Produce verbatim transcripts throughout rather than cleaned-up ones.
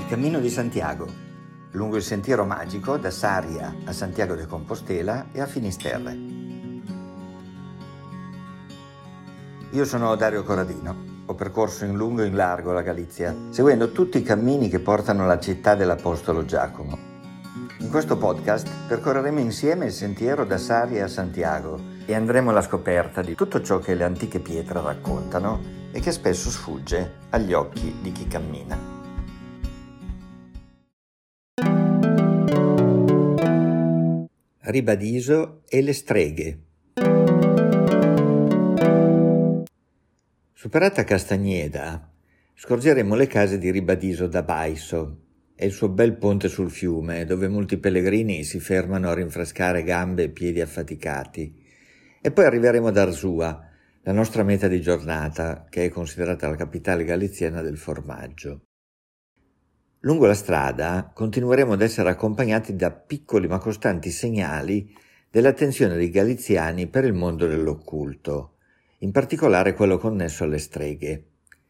Cammino di Santiago, lungo il sentiero magico da Sarria a Santiago de Compostela e a Finisterre. Io sono Dario Corradino, ho percorso in lungo e in largo la Galizia, seguendo tutti i cammini che portano alla città dell'Apostolo Giacomo. In questo podcast percorreremo insieme il sentiero da Sarria a Santiago e andremo alla scoperta di tutto ciò che le antiche pietre raccontano e che spesso sfugge agli occhi di chi cammina. Ribadiso e le streghe. Superata Castagneda, scorgeremo le case di Ribadiso da Baiso e il suo bel ponte sul fiume, dove molti pellegrini si fermano a rinfrescare gambe e piedi affaticati. E poi arriveremo ad Arzua, la nostra meta di giornata, che è considerata la capitale galiziana del formaggio. Lungo la strada continueremo ad essere accompagnati da piccoli ma costanti segnali dell'attenzione dei galiziani per il mondo dell'occulto, in particolare quello connesso alle streghe.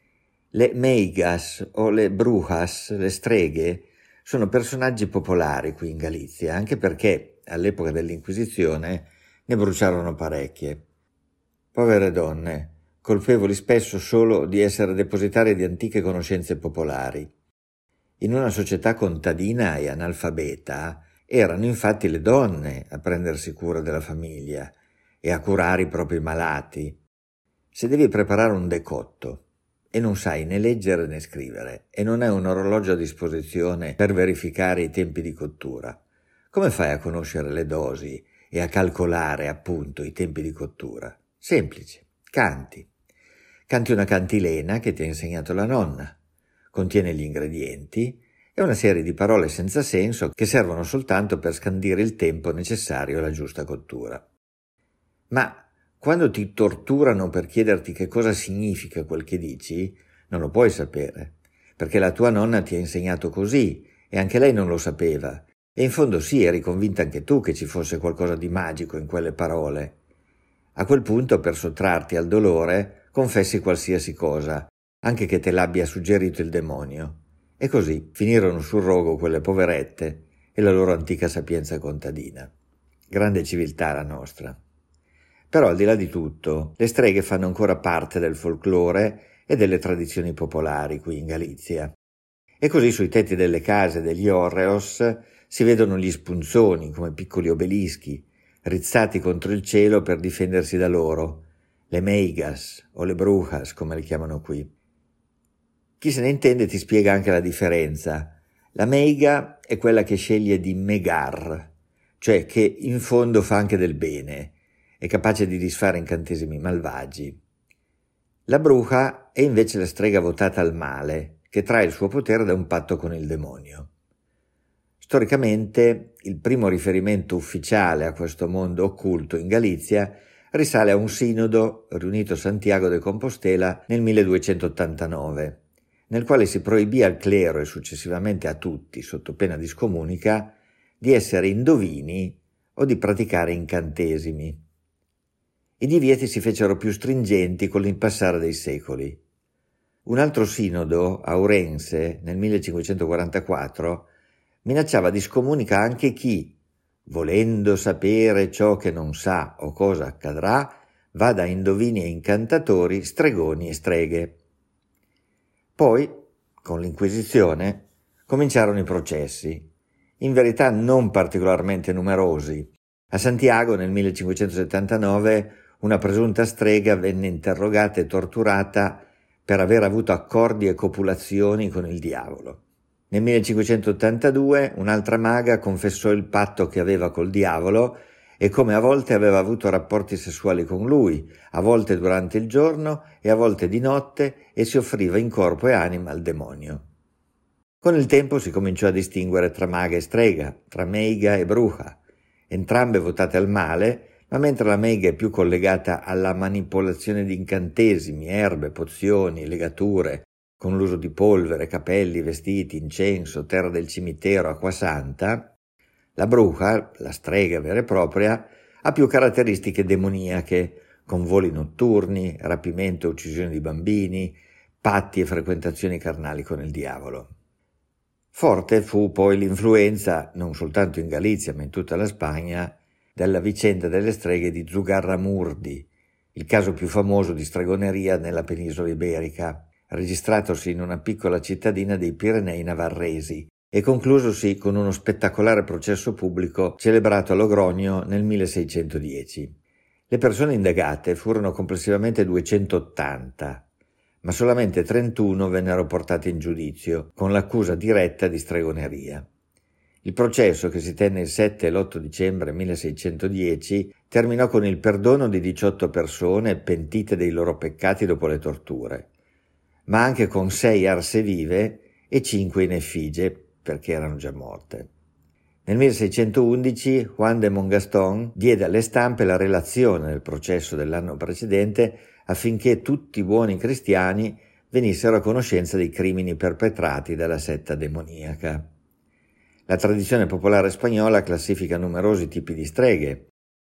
Le meigas o le brujas, le streghe, sono personaggi popolari qui in Galizia, anche perché all'epoca dell'Inquisizione ne bruciarono parecchie. Povere donne, colpevoli spesso solo di essere depositarie di antiche conoscenze popolari. In una società contadina e analfabeta erano infatti le donne a prendersi cura della famiglia e a curare i propri malati. Se devi preparare un decotto e non sai né leggere né scrivere e non hai un orologio a disposizione per verificare i tempi di cottura, come fai a conoscere le dosi e a calcolare appunto i tempi di cottura? Semplice, canti. Canti una cantilena che ti ha insegnato la nonna. Contiene gli ingredienti e una serie di parole senza senso che servono soltanto per scandire il tempo necessario alla giusta cottura. Ma quando ti torturano per chiederti che cosa significa quel che dici, non lo puoi sapere, perché la tua nonna ti ha insegnato così e anche lei non lo sapeva. E in fondo sì, eri convinta anche tu che ci fosse qualcosa di magico in quelle parole. A quel punto, per sottrarti al dolore, confessi qualsiasi cosa, anche che te l'abbia suggerito il demonio. E così finirono sul rogo quelle poverette e la loro antica sapienza contadina. Grande civiltà la nostra. Però al di là di tutto, le streghe fanno ancora parte del folklore e delle tradizioni popolari qui in Galizia. E così sui tetti delle case degli hórreos si vedono gli spunzoni come piccoli obelischi, rizzati contro il cielo per difendersi da loro, le meigas o le brujas come le chiamano qui. Chi se ne intende ti spiega anche la differenza. La meiga è quella che sceglie di megar, cioè che in fondo fa anche del bene, è capace di disfare incantesimi malvagi. La bruja è invece la strega votata al male, che trae il suo potere da un patto con il demonio. Storicamente, il primo riferimento ufficiale a questo mondo occulto in Galizia risale a un sinodo riunito a Santiago de Compostela nel milleduecentottantanove, nel quale si proibì al clero e successivamente a tutti, sotto pena di scomunica, di essere indovini o di praticare incantesimi. I divieti si fecero più stringenti con il passare dei secoli. Un altro sinodo, a Ourense, nel millecinquecentoquarantaquattro, minacciava di scomunica anche chi, volendo sapere ciò che non sa o cosa accadrà, va da indovini e incantatori, stregoni e streghe. Poi, con l'Inquisizione, cominciarono i processi, in verità non particolarmente numerosi. A Santiago, nel millecinquecentosettantanove, una presunta strega venne interrogata e torturata per aver avuto accordi e copulazioni con il diavolo. Nel millecinquecentottantadue un'altra maga confessò il patto che aveva col diavolo e come a volte aveva avuto rapporti sessuali con lui, a volte durante il giorno e a volte di notte, e si offriva in corpo e anima al demonio. Con il tempo si cominciò a distinguere tra maga e strega, tra meiga e bruja, entrambe votate al male, ma mentre la meiga è più collegata alla manipolazione di incantesimi, erbe, pozioni, legature, con l'uso di polvere, capelli, vestiti, incenso, terra del cimitero, acqua santa, la bruja, la strega vera e propria, ha più caratteristiche demoniache, con voli notturni, rapimento e uccisione di bambini, patti e frequentazioni carnali con il diavolo. Forte fu poi l'influenza, non soltanto in Galizia ma in tutta la Spagna, della vicenda delle streghe di Zugarramurdi, il caso più famoso di stregoneria nella penisola iberica, registratosi in una piccola cittadina dei Pirenei navarresi e conclusosi con uno spettacolare processo pubblico celebrato a Logronio nel milleseicentodieci. Le persone indagate furono complessivamente duecentottanta, ma solamente trentuno vennero portate in giudizio con l'accusa diretta di stregoneria. Il processo, che si tenne il sette e l'otto dicembre milleseicentodieci, terminò con il perdono di diciotto persone pentite dei loro peccati dopo le torture, ma anche con sei arse vive e cinque in effigie, perché erano già morte. Nel milleseicentodici Juan de Mongaston diede alle stampe la relazione del processo dell'anno precedente affinché tutti i buoni cristiani venissero a conoscenza dei crimini perpetrati dalla setta demoniaca. La tradizione popolare spagnola classifica numerosi tipi di streghe,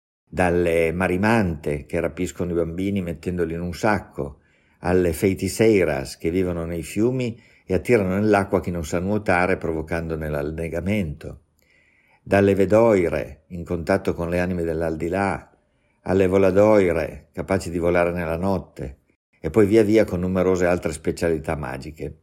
dalle marimante che rapiscono i bambini mettendoli in un sacco, alle feiticeiras che vivono nei fiumi e attirano nell'acqua chi non sa nuotare provocandone l'annegamento, dalle vedoire in contatto con le anime dell'aldilà, alle voladoire capaci di volare nella notte e poi via via con numerose altre specialità magiche.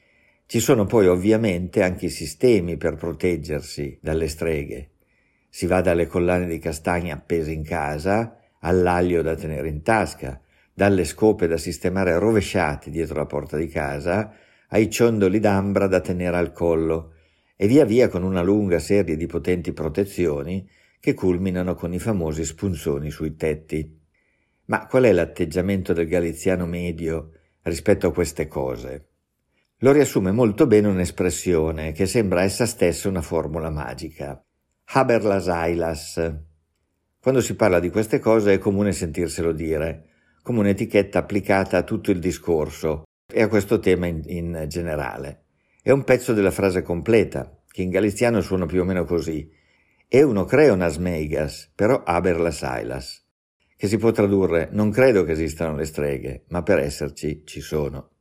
Ci sono poi ovviamente anche i sistemi per proteggersi dalle streghe. Si va dalle collane di castagna appese in casa, all'aglio da tenere in tasca, dalle scope da sistemare rovesciate dietro la porta di casa, ai ciondoli d'ambra da tenere al collo, e via via con una lunga serie di potenti protezioni che culminano con i famosi spunzoni sui tetti. Ma qual è l'atteggiamento del galiziano medio rispetto a queste cose? Lo riassume molto bene un'espressione che sembra essa stessa una formula magica. Haber las ailas. Quando si parla di queste cose è comune sentirselo dire, come un'etichetta applicata a tutto il discorso e a questo tema in, in generale. È un pezzo della frase completa, che in galiziano suona più o meno così. Eu no creo nas meigas, però haber las ailas, che si può tradurre non credo che esistano le streghe, ma per esserci ci sono.